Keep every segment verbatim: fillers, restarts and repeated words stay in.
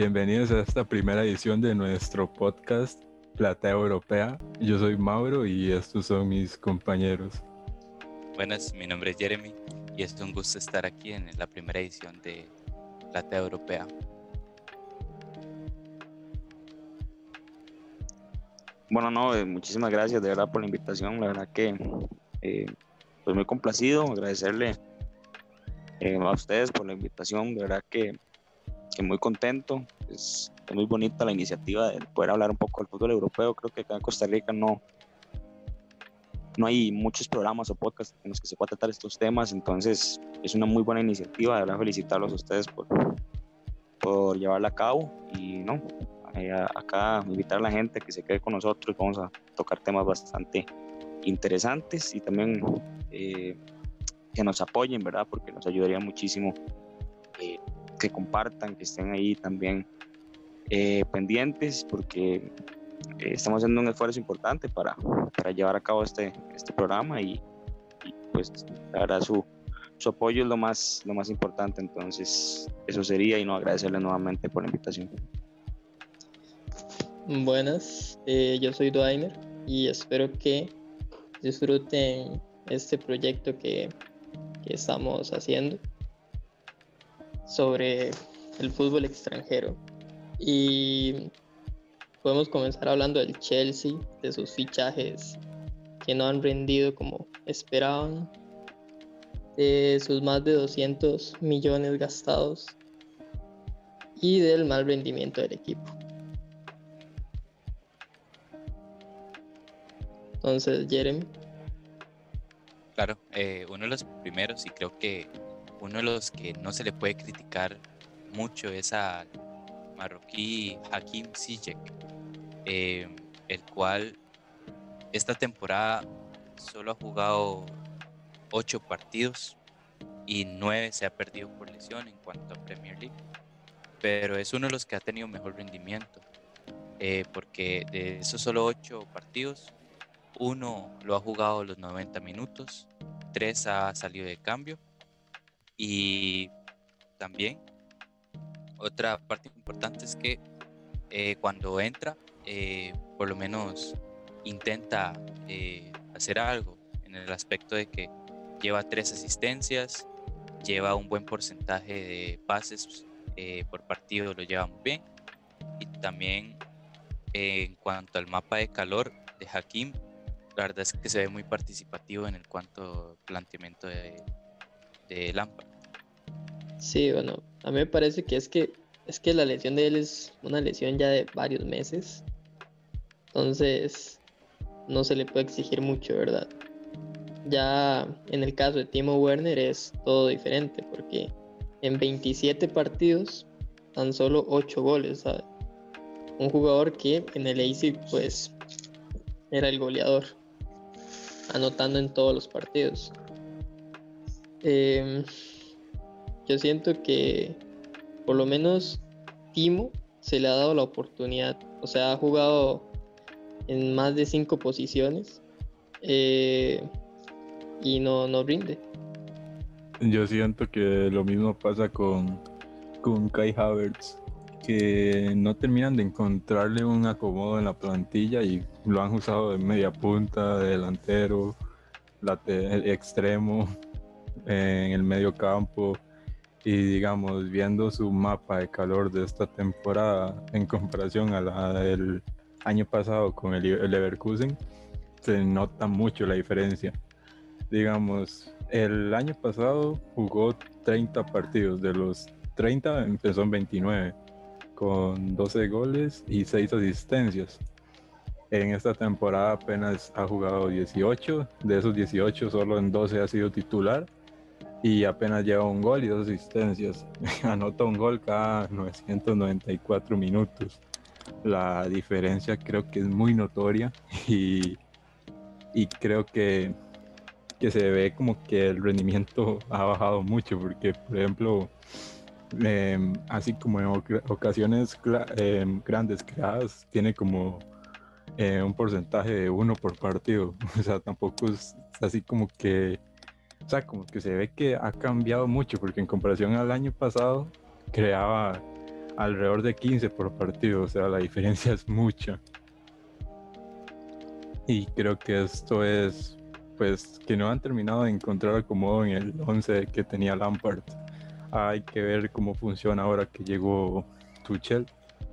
Bienvenidos a esta primera edición de nuestro podcast Platea Europea. Yo soy Mauro y estos son mis compañeros. Buenas, mi nombre es Jeremy y es un gusto estar aquí en la primera edición de Platea Europea. Bueno, no, eh, muchísimas gracias de verdad por la invitación. La verdad que eh, pues muy complacido, agradecerle eh, a ustedes por la invitación. De verdad que, que muy contento. Es, es muy bonita la iniciativa de poder hablar un poco del fútbol europeo. Creo que acá en Costa Rica no, no hay muchos programas o podcasts en los que se pueda tratar estos temas. Entonces es una muy buena iniciativa. De verdad felicitarlos a ustedes por, por llevarla a cabo. Y no, eh, acá invitar a la gente a que se quede con nosotros. Vamos a tocar temas bastante interesantes y también eh, que nos apoyen, ¿verdad? Porque nos ayudaría muchísimo eh, que compartan, que estén ahí también eh, pendientes, porque eh, estamos haciendo un esfuerzo importante para, para llevar a cabo este, este programa y, y pues la verdad su, su apoyo es lo más, lo más importante. Entonces eso sería, y no, agradecerle nuevamente por la invitación. Buenas, eh, yo soy Duainer y espero que disfruten este proyecto que, que estamos haciendo sobre el fútbol extranjero. Y podemos comenzar hablando del Chelsea, de sus fichajes que no han rendido como esperaban, de sus más de doscientos millones gastados y del mal rendimiento del equipo. Entonces, Jeremy. Claro, eh, uno de los primeros y creo que uno de los que no se le puede criticar mucho es al marroquí Hakim Ziyech, eh, el cual esta temporada solo ha jugado ocho partidos y nueve se ha perdido por lesión en cuanto a Premier League, pero es uno de los que ha tenido mejor rendimiento, eh, porque de esos solo ocho partidos, uno lo ha jugado los noventa minutos, tres ha salido de cambio y también otra parte importante es que eh, cuando entra, eh, por lo menos intenta eh, hacer algo en el aspecto de que lleva tres asistencias, lleva un buen porcentaje de pases eh, por partido, lo lleva muy bien. Y también eh, en cuanto al mapa de calor de Hakim, la verdad es que se ve muy participativo en el cuanto planteamiento de, de Lampard. Sí, bueno, a mí me parece que es que es que la lesión de él es una lesión ya de varios meses, entonces no se le puede exigir mucho, ¿verdad? Ya en el caso de Timo Werner es todo diferente, porque en veintisiete partidos tan solo ocho goles, ¿sabes? Un jugador que en el Leipzig pues era el goleador, anotando en todos los partidos. Eh, yo siento que por lo menos Timo se le ha dado la oportunidad, o sea, ha jugado en más de cinco posiciones eh, y no, no rinde. Yo siento que lo mismo pasa con, con Kai Havertz, que no terminan de encontrarle un acomodo en la plantilla y lo han usado de media punta, de delantero, late, extremo, en el medio campo. Y digamos, viendo su mapa de calor de esta temporada en comparación a la del año pasado con el, el Leverkusen, se nota mucho la diferencia. Digamos, el año pasado jugó treinta partidos, de los treinta empezó en veintinueve, con doce goles y seis asistencias. En esta temporada apenas ha jugado dieciocho, de esos dieciocho solo en doce ha sido titular y apenas lleva un gol y dos asistencias. Anota un gol cada novecientos noventa y cuatro minutos. La diferencia creo que es muy notoria y, y creo que, que se ve como que el rendimiento ha bajado mucho, porque por ejemplo, eh, así como en ocasiones eh, grandes creadas, tiene como eh, un porcentaje de uno por partido. O sea, tampoco es así como que, o sea, como que se ve que ha cambiado mucho, porque en comparación al año pasado creaba alrededor de quince por partido, o sea, la diferencia es mucha. Y creo que esto es, pues, que no han terminado de encontrar acomodo en el once que tenía Lampard. Hay que ver cómo funciona ahora que llegó Tuchel.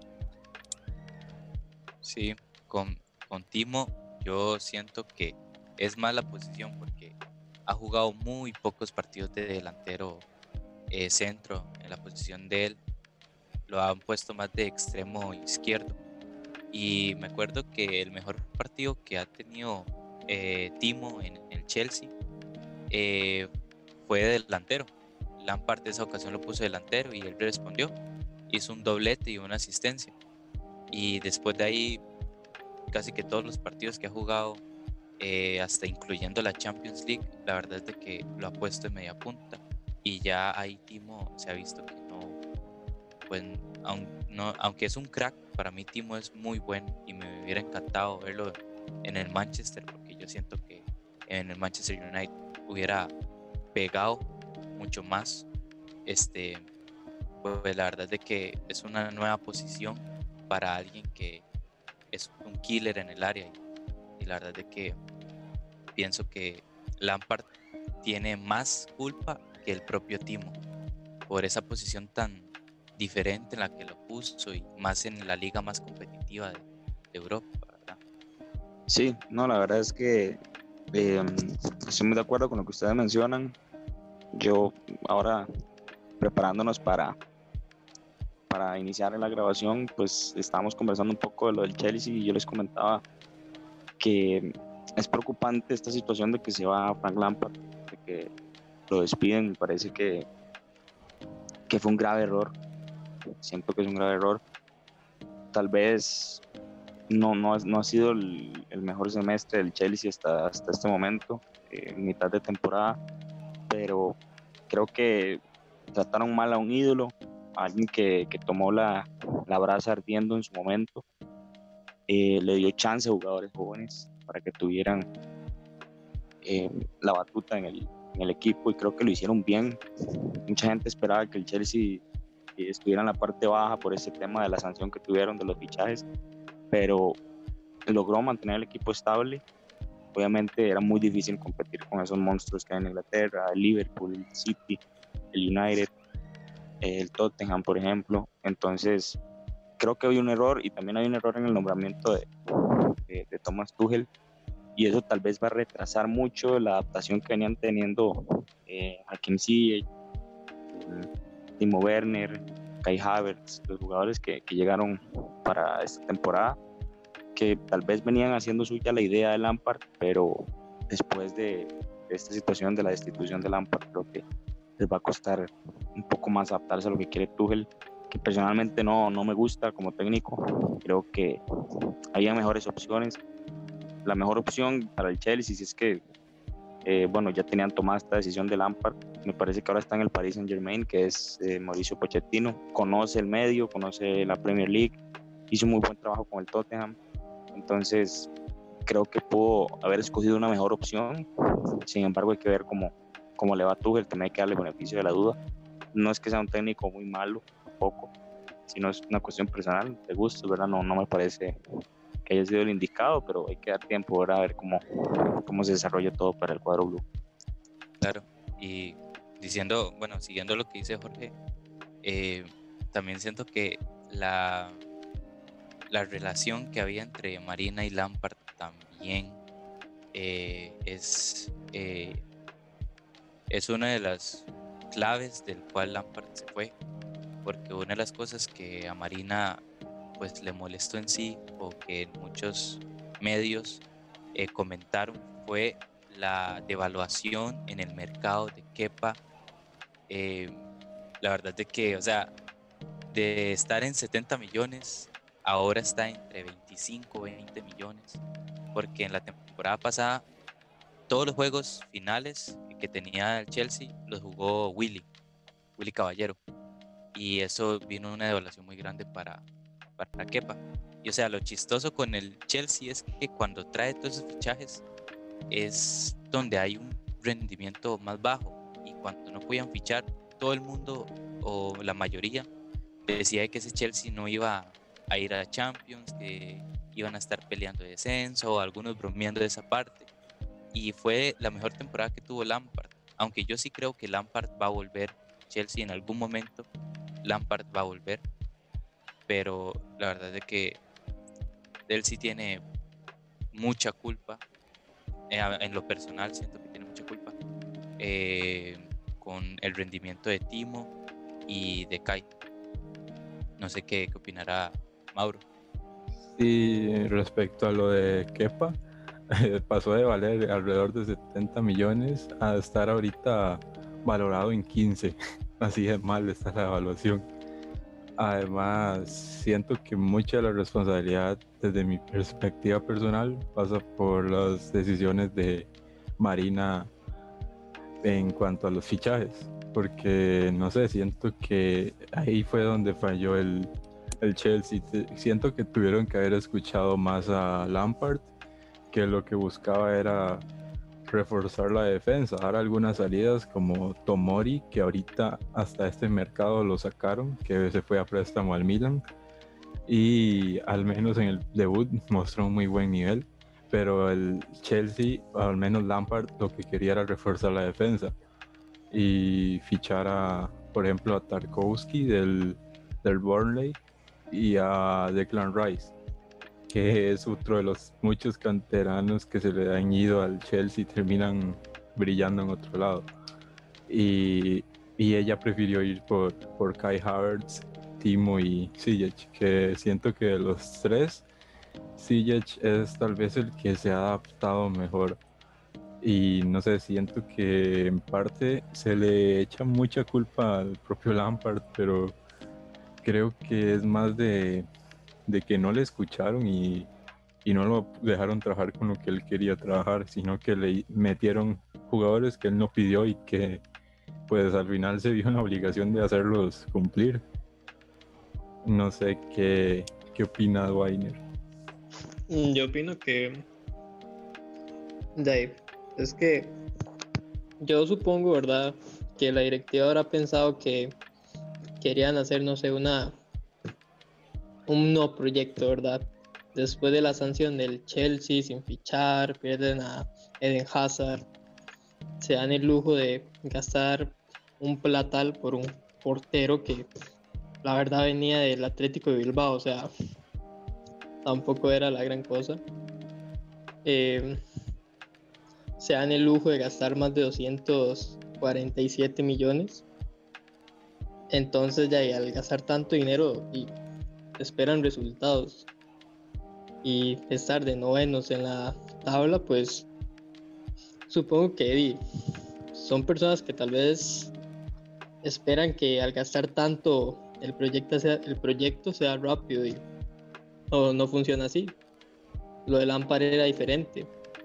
Sí, con, con Timo yo siento que es más la posición porque ha jugado muy pocos partidos de delantero eh, centro en la posición de él. Lo han puesto más de extremo izquierdo. Y me acuerdo que el mejor partido que ha tenido eh, Timo en el Chelsea eh, fue de delantero. Lampard de esa ocasión lo puso delantero y él respondió. Hizo un doblete y una asistencia. Y después de ahí, casi que todos los partidos que ha jugado, eh, hasta incluyendo la Champions League, la verdad es de que lo ha puesto en media punta. Y ya ahí Timo se ha visto que no, pues aun, no, aunque es un crack, para mí Timo es muy bueno y me hubiera encantado verlo en el Manchester, porque yo siento que en el Manchester United hubiera pegado mucho más. Este, pues la verdad es de que es una nueva posición para alguien que es un killer en el área y, y la verdad es de que pienso que Lampard tiene más culpa que el propio Timo por esa posición tan diferente en la que lo puso y más en la liga más competitiva de, de Europa, ¿verdad? Sí, no, la verdad es que eh, estoy muy de acuerdo con lo que ustedes mencionan. Yo ahora preparándonos para, para iniciar la grabación, pues estábamos conversando un poco de lo del Chelsea y yo les comentaba que es preocupante esta situación de que se va Frank Lampard, de que lo despiden. Me parece que, que fue un grave error. Siento que es un grave error. Tal vez no, no, no ha sido el, el mejor semestre del Chelsea hasta, hasta este momento, eh, mitad de temporada, pero creo que trataron mal a un ídolo, a alguien que, que tomó la, la brasa ardiendo en su momento, eh, le dio chance a jugadores jóvenes para que tuvieran eh, la batuta en el, en el equipo y creo que lo hicieron bien. Mucha gente esperaba que el Chelsea estuviera en la parte baja por ese tema de la sanción que tuvieron de los fichajes, pero logró mantener el equipo estable. Obviamente era muy difícil competir con esos monstruos que hay en Inglaterra, el Liverpool, el City, el United, el Tottenham, por ejemplo. Entonces creo que hay un error y también hay un error en el nombramiento de, de, de Thomas Tuchel y eso tal vez va a retrasar mucho la adaptación que venían teniendo eh, Hakim Ziyech, Timo Werner, Kai Havertz, los jugadores que, que llegaron para esta temporada, que tal vez venían haciendo suya la idea de Lampard, pero después de, de esta situación de la destitución de Lampard, creo que les va a costar un poco más adaptarse a lo que quiere Tuchel, que personalmente no, no me gusta como técnico. Creo que había mejores opciones. La mejor opción para el Chelsea, si es que eh, bueno, ya tenían tomada esta decisión de Lampard, me parece que ahora está en el Paris Saint-Germain, que es eh, Mauricio Pochettino, conoce el medio, conoce la Premier League, hizo muy buen trabajo con el Tottenham, entonces creo que pudo haber escogido una mejor opción. Sin embargo hay que ver cómo, cómo le va a Tuchel, también hay que darle beneficio de la duda. No es que sea un técnico muy malo tampoco, sino es una cuestión personal de gusto, ¿verdad? No, no me parece que haya sido el indicado, pero hay que dar tiempo, ¿verdad? A ver cómo, cómo se desarrolla todo para el cuadro blue. Claro, y diciendo, bueno, siguiendo lo que dice Jorge, eh, también siento que la, la relación que había entre Marina y Lampard también eh, es, eh, es una de las claves del cual Lampard se fue, porque una de las cosas que a Marina pues le molestó en sí, o que muchos medios eh, comentaron, fue la devaluación en el mercado de Kepa. Eh, la verdad de que, o sea, de estar en setenta millones, ahora está entre veinticinco, veinte millones, porque en la temporada pasada todos los juegos finales que tenía el Chelsea los jugó Willy, Willy Caballero, y eso vino una devaluación muy grande para, para Kepa. Y o sea, lo chistoso con el Chelsea es que cuando trae todos esos fichajes es donde hay un rendimiento más bajo, y cuando no podían fichar todo el mundo o la mayoría, decía que ese Chelsea no iba a ir a Champions, que iban a estar peleando descenso, algunos bromeando de esa parte, y fue la mejor temporada que tuvo Lampard, aunque yo sí creo que Lampard va a volver, Chelsea en algún momento, Lampard va a volver, pero la verdad es que él sí tiene mucha culpa, eh, en lo personal siento que tiene mucha culpa, eh, con el rendimiento de Timo y de Kai. No sé qué, qué opinará Mauro. Y respecto a lo de Kepa, pasó de valer alrededor de setenta millones a estar ahorita valorado en quince. Así de mal está la evaluación. Además, siento que mucha de la responsabilidad desde mi perspectiva personal pasa por las decisiones de Marina en cuanto a los fichajes, porque no sé, siento que ahí fue donde falló el, el Chelsea. Siento que tuvieron que haber escuchado más a Lampard, que lo que buscaba era reforzar la defensa, dar algunas salidas como Tomori, que ahorita hasta este mercado lo sacaron, que se fue a préstamo al Milan, y al menos en el debut mostró un muy buen nivel, pero el Chelsea, al menos Lampard, lo que quería era reforzar la defensa y fichar a, por ejemplo, a Tarkowski del, del Burnley y a Declan Rice, que es otro de los muchos canteranos que se le han ido al Chelsea y terminan brillando en otro lado. Y, y ella prefirió ir por, por Kai Havertz, Timo y Ziyech, que siento que de los tres, Ziyech es tal vez el que se ha adaptado mejor. Y no sé, siento que en parte se le echa mucha culpa al propio Lampard, pero creo que es más de, de que no le escucharon y, y no lo dejaron trabajar con lo que él quería trabajar, sino que le metieron jugadores que él no pidió y que pues al final se vio en la obligación de hacerlos cumplir. No sé qué, qué opina Weiner. Yo opino que Dave, es que yo supongo, ¿verdad?, que la directiva habrá pensado que querían hacer, no sé, una un nuevo proyecto, ¿verdad? Después de la sanción del Chelsea sin fichar, pierden a Eden Hazard, se dan el lujo de gastar un platal por un portero que la verdad venía del Atlético de Bilbao, o sea, tampoco era la gran cosa. Eh, se dan el lujo de gastar más de doscientos cuarenta y siete millones. Entonces ya y al gastar tanto dinero y esperan resultados y estar de novenos en la tabla, pues supongo que son personas que tal vez esperan que al gastar tanto el proyecto sea, el proyecto sea rápido y o no funciona así. Lo de Lampard era diferente.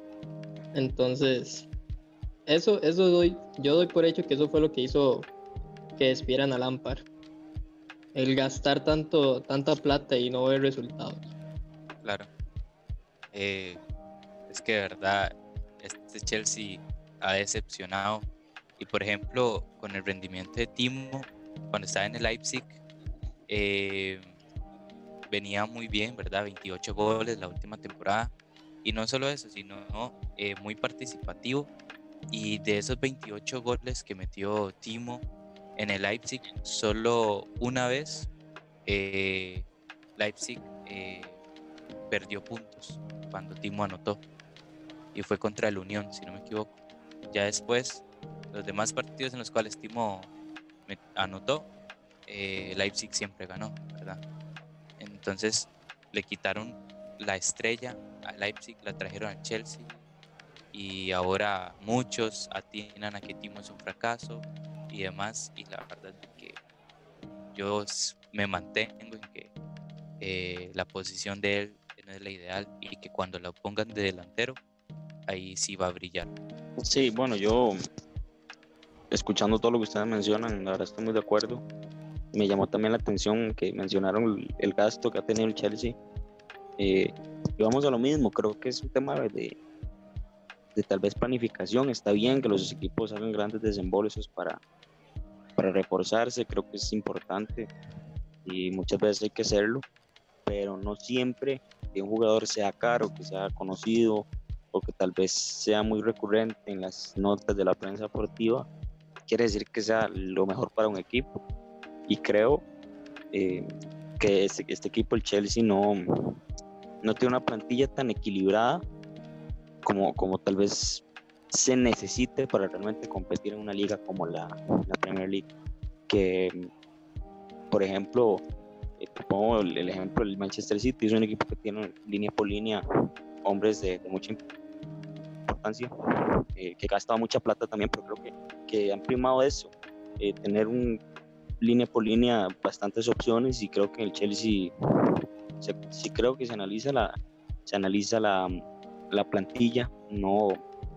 Entonces, eso, eso doy, yo doy por hecho que eso fue lo que hizo que despidieran a Lampard. El gastar tanto, tanta plata y no ver resultados. Claro. Eh, es que de verdad, este Chelsea ha decepcionado. Y por ejemplo, con el rendimiento de Timo, cuando estaba en el Leipzig, eh, venía muy bien, ¿verdad? veintiocho goles la última temporada. Y no solo eso, sino eh, muy participativo. Y de esos veintiocho goles que metió Timo en el Leipzig, solo una vez eh, Leipzig eh, perdió puntos cuando Timo anotó. Y fue contra el Unión, si no me equivoco. Ya después, los demás partidos en los cuales Timo anotó, eh, Leipzig siempre ganó, ¿verdad? Entonces le quitaron la estrella a Leipzig, la trajeron al Chelsea y ahora muchos atinan a que Timo es un fracaso y demás, y la verdad es que yo me mantengo en que eh, la posición de él no es la ideal y que cuando lo pongan de delantero ahí sí va a brillar. Sí, bueno, yo escuchando todo lo que ustedes mencionan, la verdad estoy muy de acuerdo. Me llamó también la atención que mencionaron el, el gasto que ha tenido el Chelsea. Eh, y vamos a lo mismo, creo que es un tema de, de tal vez planificación. Está bien que los equipos hagan grandes desembolsos para, para reforzarse, creo que es importante, y muchas veces hay que hacerlo, pero no siempre que un jugador sea caro, que sea conocido o que tal vez sea muy recurrente en las notas de la prensa deportiva, quiere decir que sea lo mejor para un equipo. Y creo eh, que este, este equipo, el Chelsea, no, no tiene una plantilla tan equilibrada como, como tal vez se necesite para realmente competir en una liga como la, la Premier League. Que, por ejemplo, eh, te pongo el, el ejemplo del Manchester City, es un equipo que tiene línea por línea hombres de, de mucha importancia, eh, que gastaba mucha plata también, pero creo que, que han primado eso, eh, tener un línea por línea bastantes opciones, y creo que el Chelsea, se, si creo que se analiza la, se analiza la, la plantilla, no,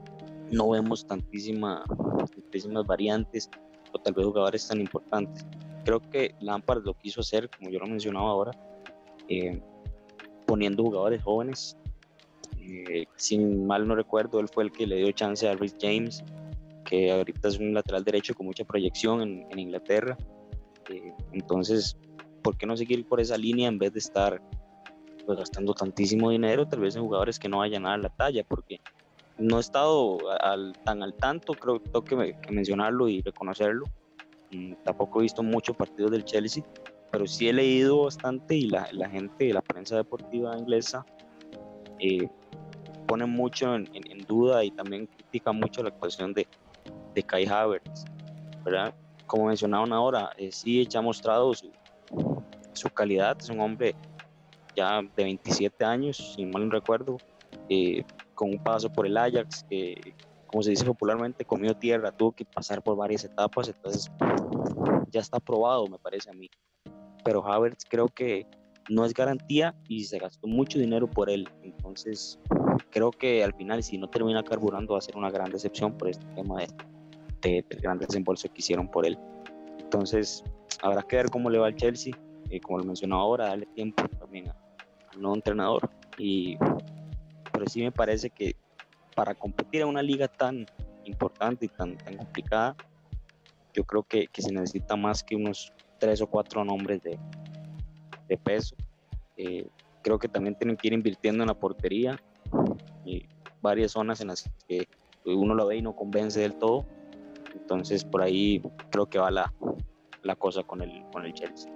no vemos tantísima, tantísimas variantes o tal vez jugadores tan importantes. Creo que Lampard lo quiso hacer, como yo lo mencionaba ahora, eh, poniendo jugadores jóvenes. Eh, si mal no recuerdo, él fue el que le dio chance a Reece James, que ahorita es un lateral derecho con mucha proyección en, en Inglaterra. Eh, entonces, ¿por qué no seguir por esa línea en vez de estar pues, gastando tantísimo dinero, tal vez en jugadores que no vayan a dar la talla? Porque no he estado al, tan al tanto, creo que tengo que, que mencionarlo y reconocerlo. Mm, tampoco he visto muchos partidos del Chelsea, pero sí he leído bastante, y la, la gente de la prensa deportiva inglesa eh, pone mucho en, en, en duda y también critica mucho la actuación de, de Kai Havertz, ¿verdad? Como mencionaban ahora, eh, sí ya ha mostrado su, su calidad, es un hombre ya de veintisiete años, si mal no recuerdo, eh, con un paso por el Ajax, que eh, como se dice popularmente, comió tierra, tuvo que pasar por varias etapas, entonces ya está probado, me parece a mí. Pero Havertz creo que no es garantía y se gastó mucho dinero por él, entonces creo que al final, si no termina carburando, va a ser una gran decepción por este tema de, de, del gran desembolso que hicieron por él. Entonces habrá que ver cómo le va al Chelsea, eh, como lo mencionaba ahora, darle tiempo también a, al nuevo entrenador, y, pero sí me parece que para competir en una liga tan importante y tan, tan complicada, yo creo que, que se necesita más que unos tres o cuatro nombres de, de peso. Eh, creo que también tienen que ir invirtiendo en la portería, y varias zonas en las que uno lo ve y no convence del todo. Entonces por ahí creo que va la, la cosa con el, con el Chelsea.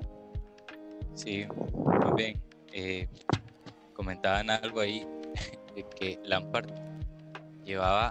Sí, muy bien. Eh, comentaban algo ahí de que Lampard llevaba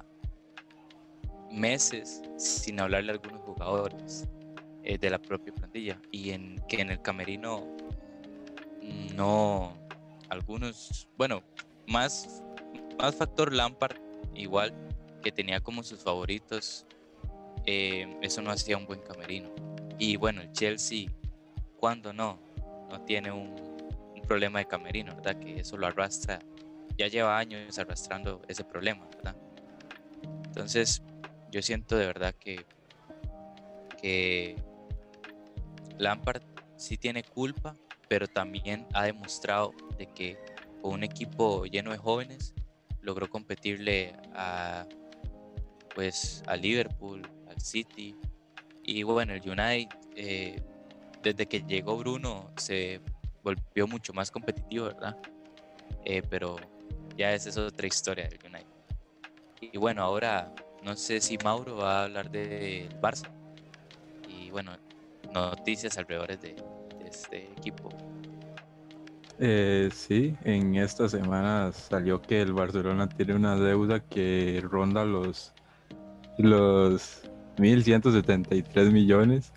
meses sin hablarle a algunos jugadores eh, de la propia plantilla, y en que en el camerino no, algunos, bueno, más, más factor Lampard, igual que tenía como sus favoritos, eh, eso no hacía un buen camerino. Y bueno, el Chelsea, cuando no, no tiene un, un problema de camerino, ¿verdad? Que eso lo arrastra, ya lleva años arrastrando ese problema, ¿verdad? Entonces, yo siento de verdad que, que Lampard sí tiene culpa, pero también ha demostrado de que con un equipo lleno de jóvenes logró competirle a, pues, a Liverpool, al City, y bueno, el United, eh, desde que llegó Bruno se volvió mucho más competitivo, ¿verdad? Eh, pero ya esa es otra historia del United. Y bueno, ahora no sé si Mauro va a hablar del Barça y bueno, noticias alrededor de, de este equipo. Eh, sí, en esta semana salió que el Barcelona tiene una deuda que ronda los, los mil ciento setenta y tres millones,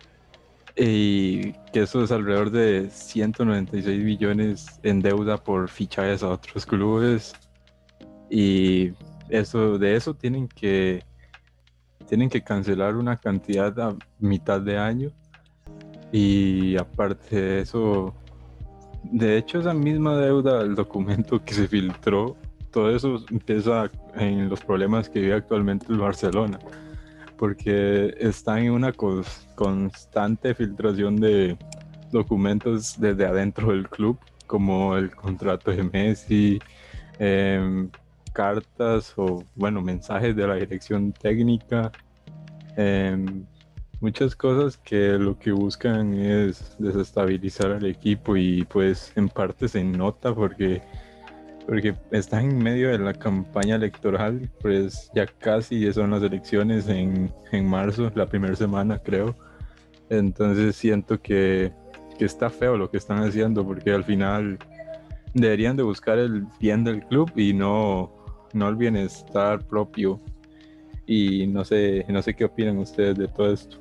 y que eso es alrededor de ciento noventa y seis millones en deuda por fichajes a otros clubes, y eso, de eso tienen que, tienen que cancelar una cantidad a mitad de año, y aparte de eso, de hecho, esa misma deuda, el documento que se filtró, todo eso empieza en los problemas que vive actualmente el Barcelona, porque está en una cons- constante filtración de documentos desde adentro del club, como el contrato de Messi, em, cartas o, bueno, mensajes de la dirección técnica, em, muchas cosas que lo que buscan es desestabilizar al equipo y pues en parte se nota porque, porque están en medio de la campaña electoral, pues ya casi son las elecciones en, en marzo, la primera semana creo. Entonces siento que, que está feo lo que están haciendo porque al final deberían de buscar el bien del club y no, no el bienestar propio. Y no sé, no sé qué opinan ustedes de todo esto.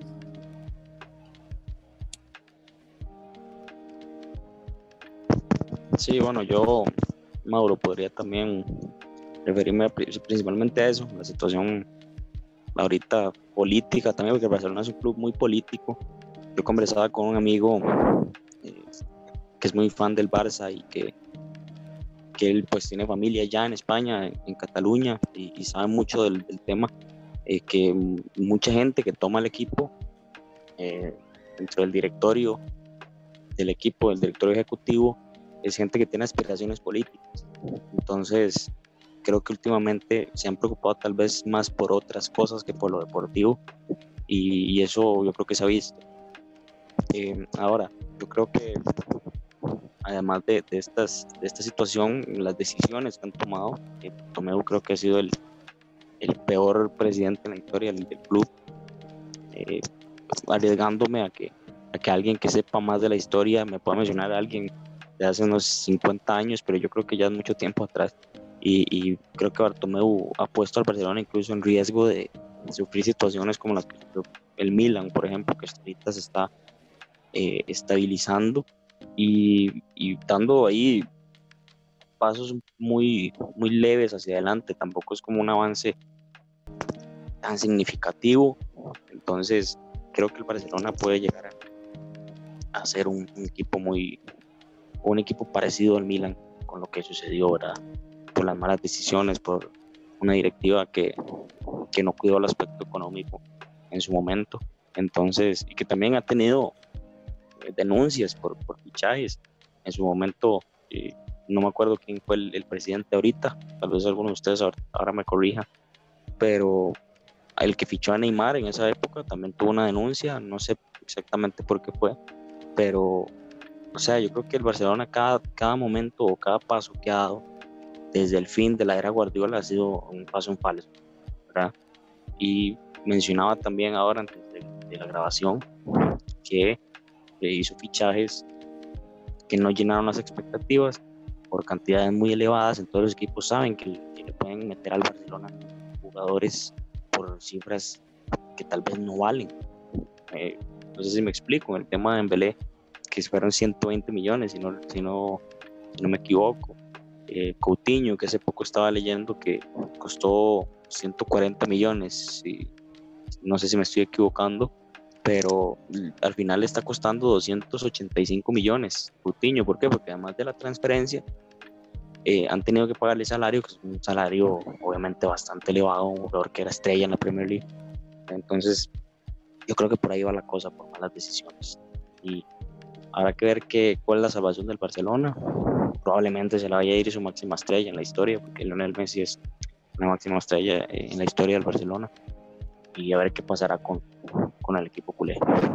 Sí, bueno, yo, Mauro, podría también referirme a pri- principalmente a eso, la situación ahorita política también, porque Barcelona es un club muy político. Yo conversaba con un amigo eh, que es muy fan del Barça y que, que él pues tiene familia ya en España, en, en Cataluña, y, y sabe mucho del, del tema, eh, que m- mucha gente que toma el equipo eh, dentro del directorio del equipo, del directorio ejecutivo, es gente que tiene aspiraciones políticas. Entonces, creo que últimamente se han preocupado tal vez más por otras cosas que por lo deportivo, y, y eso yo creo que se ha visto. Eh, ahora, yo creo que además de, de, estas, de esta situación, las decisiones que han tomado, eh, Tomeu creo que ha sido el, el peor presidente en la historia del, del club, eh, arriesgándome a que, a que alguien que sepa más de la historia me pueda mencionar a alguien de hace unos cincuenta años, pero yo creo que ya es mucho tiempo atrás. Y, y creo que Bartomeu ha puesto al Barcelona incluso en riesgo de, de sufrir situaciones como las que sufrió el Milan, por ejemplo, que ahorita se está eh, estabilizando y, y dando ahí pasos muy, muy leves hacia adelante. Tampoco es como un avance tan significativo. Entonces, creo que el Barcelona puede llegar a, a ser un, un equipo muy, un equipo parecido al Milan con lo que sucedió, ¿verdad? Por las malas decisiones, por una directiva que, que no cuidó el aspecto económico en su momento. Entonces, y que también ha tenido eh, denuncias por, por fichajes. En su momento, eh, no me acuerdo quién fue el, el presidente ahorita, tal vez alguno de ustedes ahora, ahora me corrija, pero el que fichó a Neymar en esa época también tuvo una denuncia, no sé exactamente por qué fue, pero, o sea, yo creo que el Barcelona cada, cada momento o cada paso que ha dado desde el fin de la era Guardiola ha sido un paso en falso, ¿verdad? Y mencionaba también ahora antes de, de la grabación que eh, hizo fichajes que no llenaron las expectativas por cantidades muy elevadas. Entonces los equipos saben que, que le pueden meter al Barcelona jugadores por cifras que tal vez no valen. Eh, no sé si me explico, en el tema de Dembélé, que fueron ciento veinte millones, si no, si no, si no me equivoco. Eh, Coutinho, que hace poco estaba leyendo que costó ciento cuarenta millones, y no sé si me estoy equivocando, pero al final está costando doscientos ochenta y cinco millones Coutinho. ¿Por qué? Porque además de la transferencia, eh, han tenido que pagarle salario, que es un salario obviamente bastante elevado a un jugador que era estrella en la Premier League. Entonces, yo creo que por ahí va la cosa, por malas decisiones. Y habrá que ver que, cuál es la salvación del Barcelona. Probablemente se la vaya a ir su máxima estrella en la historia, porque Lionel Messi es una máxima estrella en la historia del Barcelona. Y a ver qué pasará con, con el equipo culé.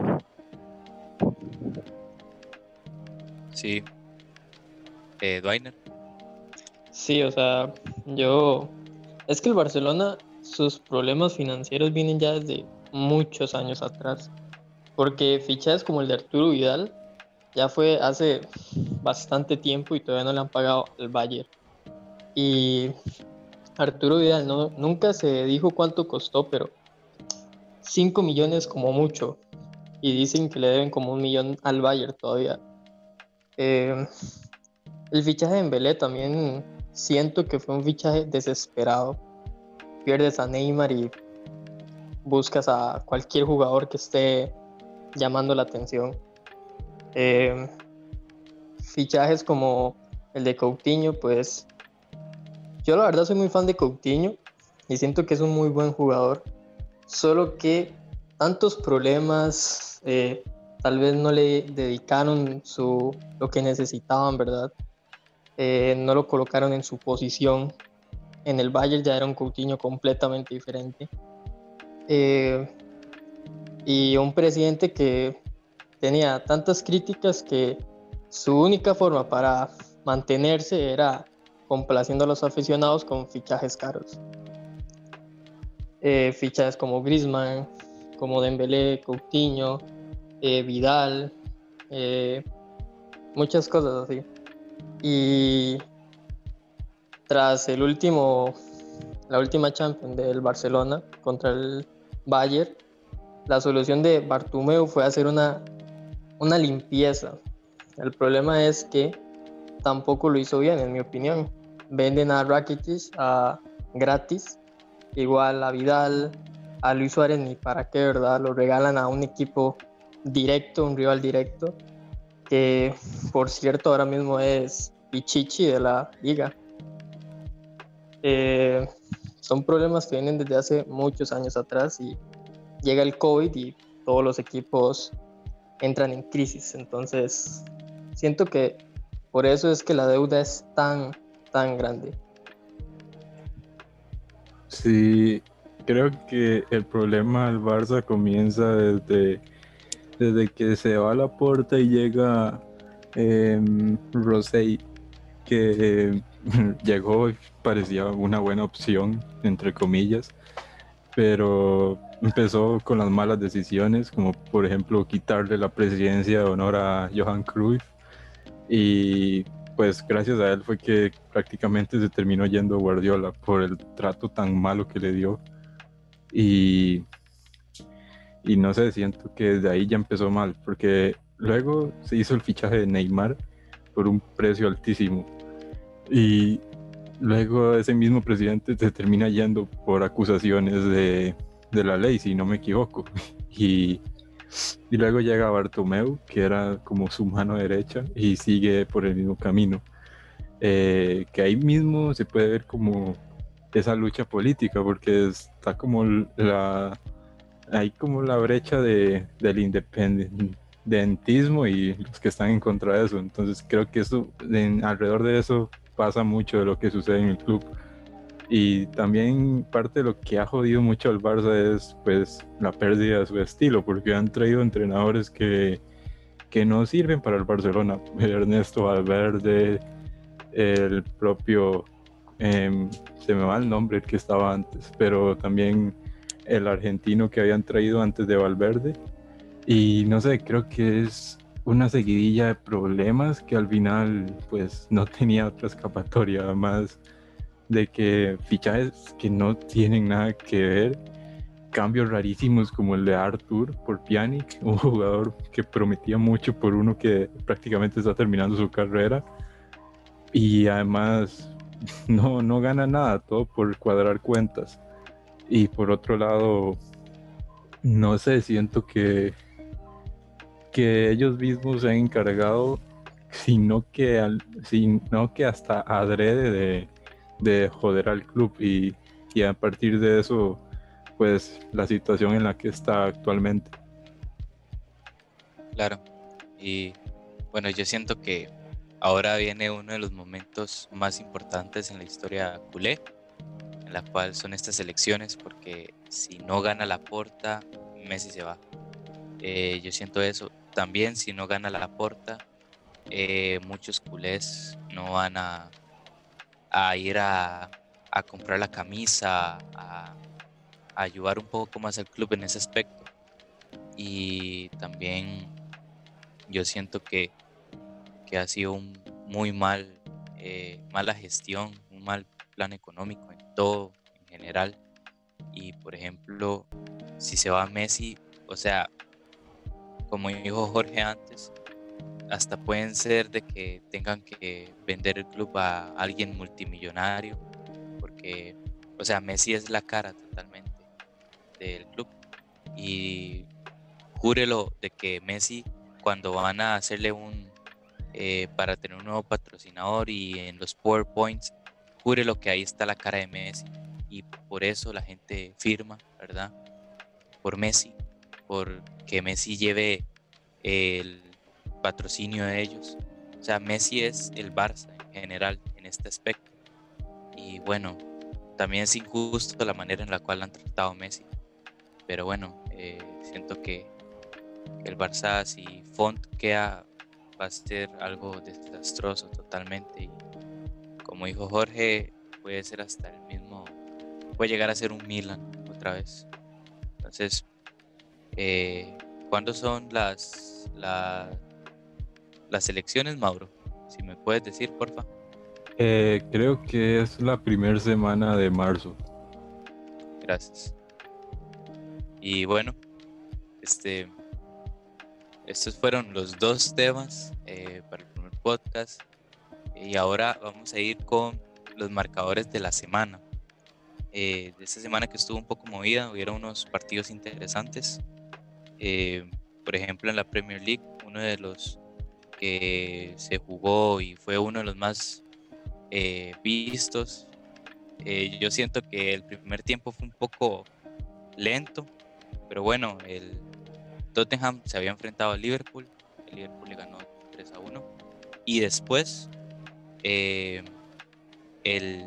Sí, eh, Dwight. Sí, o sea, yo... Es que el Barcelona, sus problemas financieros vienen ya desde muchos años atrás. Porque fichajes como el de Arturo Vidal ya fue hace bastante tiempo y todavía no le han pagado al Bayern. Y Arturo Vidal no, nunca se dijo cuánto costó, pero cinco millones como mucho. Y dicen que le deben como un millón al Bayern todavía. Eh, el fichaje de Dembélé también siento que fue un fichaje desesperado. Pierdes a Neymar y buscas a cualquier jugador que esté llamando la atención. Eh, Fichajes como el de Coutinho, pues yo la verdad soy muy fan de Coutinho y siento que es un muy buen jugador, solo que tantos problemas, eh, tal vez no le dedicaron su, lo que necesitaban, ¿verdad? Eh, no lo colocaron en su posición. En el Bayern ya era un Coutinho completamente diferente. Eh, y un presidente que tenía tantas críticas que su única forma para mantenerse era complaciendo a los aficionados con fichajes caros. Eh, fichajes como Griezmann, como Dembélé, Coutinho, eh, Vidal, eh, muchas cosas así. Y tras el último, la última Champions del Barcelona contra el Bayern, la solución de Bartomeu fue hacer una, una limpieza. El problema es que tampoco lo hizo bien, en mi opinión. Venden a Rakitic a gratis, igual a Vidal, a Luis Suárez, ni para qué, ¿verdad? Lo regalan a un equipo directo, un rival directo, que por cierto ahora mismo es Pichichi de la liga. Eh, son problemas que vienen desde hace muchos años atrás y llega el COVID y todos los equipos entran en crisis. Entonces siento que por eso es que la deuda es tan, tan grande. Sí, creo que el problema del Barça comienza desde, desde que se va a Laporta y llega eh, Rosell, que eh, llegó y parecía una buena opción, entre comillas, pero empezó con las malas decisiones, como por ejemplo quitarle la presidencia de honor a Johan Cruyff, y pues gracias a él fue que prácticamente se terminó yendo Guardiola por el trato tan malo que le dio. Y, y no sé, siento que desde ahí ya empezó mal, porque luego se hizo el fichaje de Neymar por un precio altísimo. Y luego ese mismo presidente se termina yendo por acusaciones de, de la ley, si no me equivoco. Y, y luego llega Bartomeu, que era como su mano derecha, y sigue por el mismo camino. Eh, que ahí mismo se puede ver como esa lucha política, porque está como la hay como la brecha de, del independentismo y los que están en contra de eso. Entonces creo que eso, en, alrededor de eso pasa mucho de lo que sucede en el club. Y también parte de lo que ha jodido mucho al Barça es pues la pérdida de su estilo, porque han traído entrenadores que, que no sirven para el Barcelona. Ernesto Valverde, el propio eh, se me va el nombre el que estaba antes, pero también el argentino que habían traído antes de Valverde. Y no sé, creo que es una seguidilla de problemas que al final pues no tenía otra escapatoria, además de que fichajes que no tienen nada que ver, cambios rarísimos como el de Arthur por Pjanic, un jugador que prometía mucho por uno que prácticamente está terminando su carrera, y además no, no gana nada, todo por cuadrar cuentas. Y por otro lado, no sé, siento que, que ellos mismos se han encargado, sino que, al, sino que hasta adrede de, de joder al club, y, y a partir de eso, pues la situación en la que está actualmente. Claro, y bueno, yo siento que ahora viene uno de los momentos más importantes en la historia culé, en la cual son estas elecciones, porque si no gana Laporta, Messi se va. Eh, yo siento eso. También si no gana Laporta, eh, muchos culés no van a, a ir a, a comprar la camisa, a, a ayudar un poco más al club en ese aspecto. Y también yo siento que, que ha sido un muy mal, eh, mala gestión, un mal plan económico en todo, en general. Y por ejemplo, si se va Messi, o sea, como dijo Jorge antes, hasta pueden ser de que tengan que vender el club a alguien multimillonario, porque, o sea, Messi es la cara totalmente del club. Y júrelo de que Messi, cuando van a hacerle un, eh, para tener un nuevo patrocinador y en los PowerPoints, júrelo que ahí está la cara de Messi. Y por eso la gente firma, ¿verdad? Por Messi, por que Messi lleve el patrocinio de ellos. O sea, Messi es el Barça en general en este aspecto. Y bueno, también es injusto la manera en la cual han tratado a Messi. Pero bueno, eh, siento que el Barça, si Font queda, va a ser algo desastroso totalmente. Y como dijo Jorge, puede ser hasta el mismo, puede llegar a ser un Milan otra vez. Entonces, eh, ¿cuándo son las, la, las elecciones, Mauro? Si me puedes decir, porfa. Eh, creo que es la primera semana de marzo. Gracias. Y bueno, este, estos fueron los dos temas eh, para el primer podcast. Y ahora vamos a ir con los marcadores de la semana. Eh, de esta semana que estuvo un poco movida, hubieron unos partidos interesantes. Eh, por ejemplo, en la Premier League, uno de los que se jugó y fue uno de los más eh, vistos. Eh, yo siento que el primer tiempo fue un poco lento, pero bueno, el Tottenham se había enfrentado al Liverpool, el Liverpool le ganó tres a uno, y después eh, el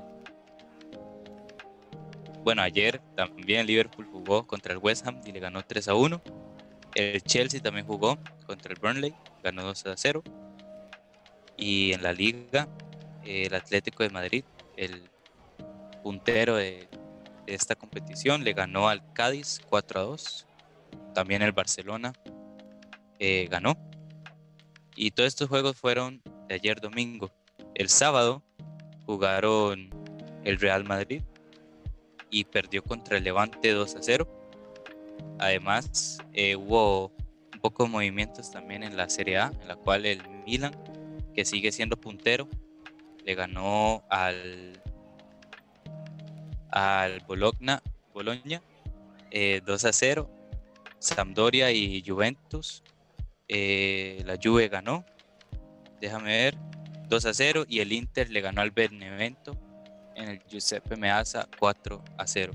bueno, ayer también Liverpool jugó contra el West Ham y le ganó tres a uno. El Chelsea también jugó contra el Burnley, ganó dos a cero. Y en la liga, el Atlético de Madrid, el puntero de, de esta competición, le ganó al Cádiz cuatro a dos. También el Barcelona eh, ganó. Y todos estos juegos fueron de ayer domingo. El sábado jugaron el Real Madrid y perdió contra el Levante dos a cero. Además, eh, hubo un poco de movimientos también en la Serie A, en la cual el Milan, que sigue siendo puntero, le ganó al al Bologna, Bologna eh, dos a cero. Sampdoria y Juventus, eh, la Juve ganó, déjame ver, dos a cero, y el Inter le ganó al Benevento en el Giuseppe Meazza cuatro a cero.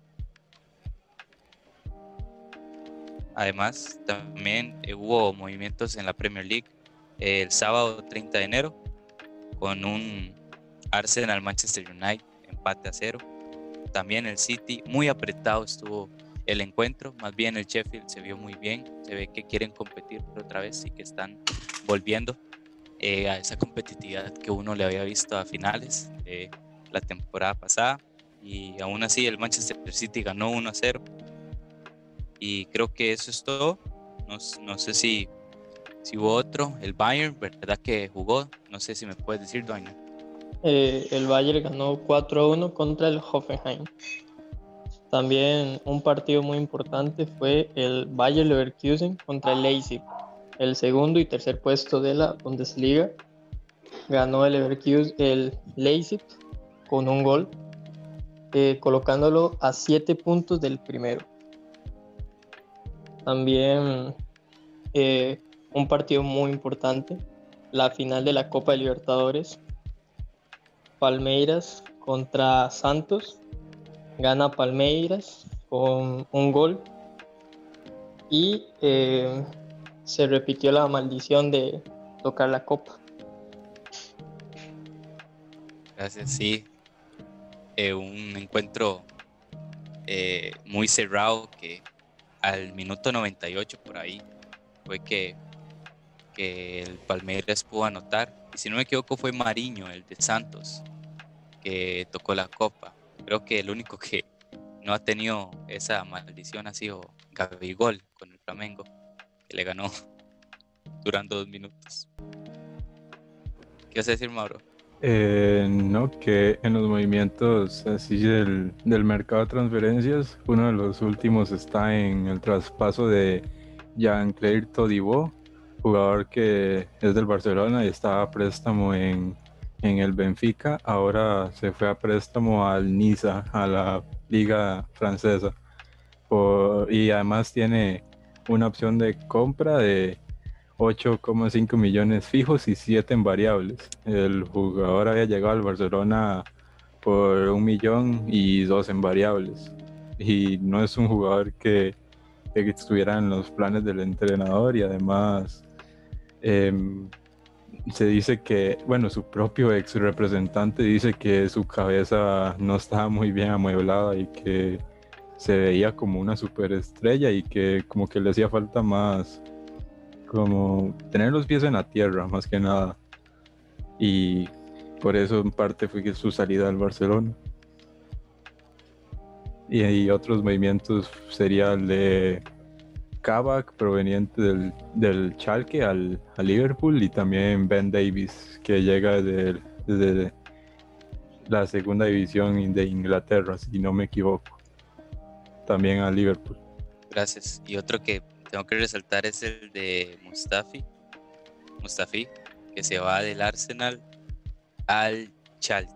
Además, también eh, hubo movimientos en la Premier League eh, el sábado treinta de enero con un Arsenal Manchester United empate a cero. También el City, muy apretado estuvo el encuentro, más bien el Sheffield se vio muy bien, se ve que quieren competir por otra vez y que están volviendo eh, a esa competitividad que uno le había visto a finales de la temporada pasada, y aún así el Manchester City ganó uno a cero. Y creo que eso es todo. No, no sé si, si hubo otro. El Bayern, ¿verdad que jugó? No sé si me puedes decir, Doina. Eh, el Bayern ganó cuatro a uno contra el Hoffenheim. También un partido muy importante fue el Bayer Leverkusen contra el Leipzig, el segundo y tercer puesto de la Bundesliga. Ganó el Leverkusen, el Leipzig con un gol, eh, colocándolo a siete puntos del primero. También eh, un partido muy importante, la final de la Copa de Libertadores, Palmeiras contra Santos. Gana Palmeiras con un gol y eh, se repitió la maldición de tocar la copa. Gracias, sí. Eh, un encuentro eh, muy cerrado que al minuto noventa y ocho por ahí fue que, que el Palmeiras pudo anotar. Y si no me equivoco fue Mariño, el de Santos, que tocó la copa. Creo que el único que no ha tenido esa maldición ha sido Gabigol con el Flamengo, que le ganó durante dos minutos. ¿Qué vas a decir, Mauro? Eh, no, que en los movimientos así del, del mercado de transferencias, uno de los últimos está en el traspaso de Jean-Claire Todibo, jugador que es del Barcelona y estaba a préstamo en, en el Benfica. Ahora se fue a préstamo al Niza, a la liga francesa, por, y además tiene una opción de compra de ocho coma cinco millones fijos y siete en variables. El jugador había llegado al Barcelona por un millón y dos en variables, y no es un jugador que, que estuviera en los planes del entrenador. Y además eh, se dice que, bueno, su propio ex representante dice que su cabeza no estaba muy bien amueblada y que se veía como una superestrella y que como que le hacía falta más, como tener los pies en la tierra más que nada. Y por eso en parte fue que su salida del Barcelona. Y, y otros movimientos sería el de Kabak proveniente del, del Schalke al, a Liverpool, y también Ben Davies que llega desde, desde la segunda división de Inglaterra, si no me equivoco, también a Liverpool. Gracias. Y otro que tengo que resaltar es el de Mustafi, Mustafi, que se va del Arsenal al Schalke.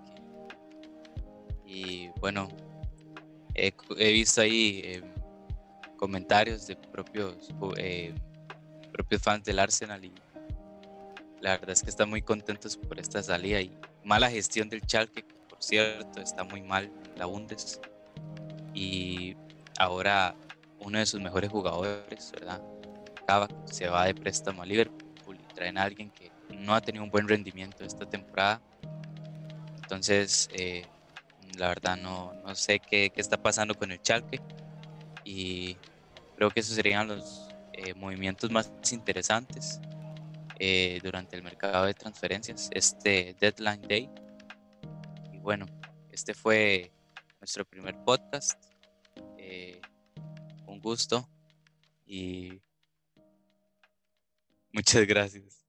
Y bueno, he, he visto ahí eh, comentarios de propios, eh, propios fans del Arsenal, y la verdad es que están muy contentos por esta salida. Y mala gestión del Schalke, que por cierto está muy mal en la Bundes. Y ahora uno de sus mejores jugadores, ¿verdad? Kabak, se va de préstamo a Liverpool y traen a alguien que no ha tenido un buen rendimiento esta temporada. Entonces, eh, la verdad no, no sé qué, qué está pasando con el Schalke, y creo que esos serían los eh, movimientos más interesantes eh, durante el mercado de transferencias, este Deadline Day. Y bueno, este fue nuestro primer podcast. Eh, un gusto y muchas gracias.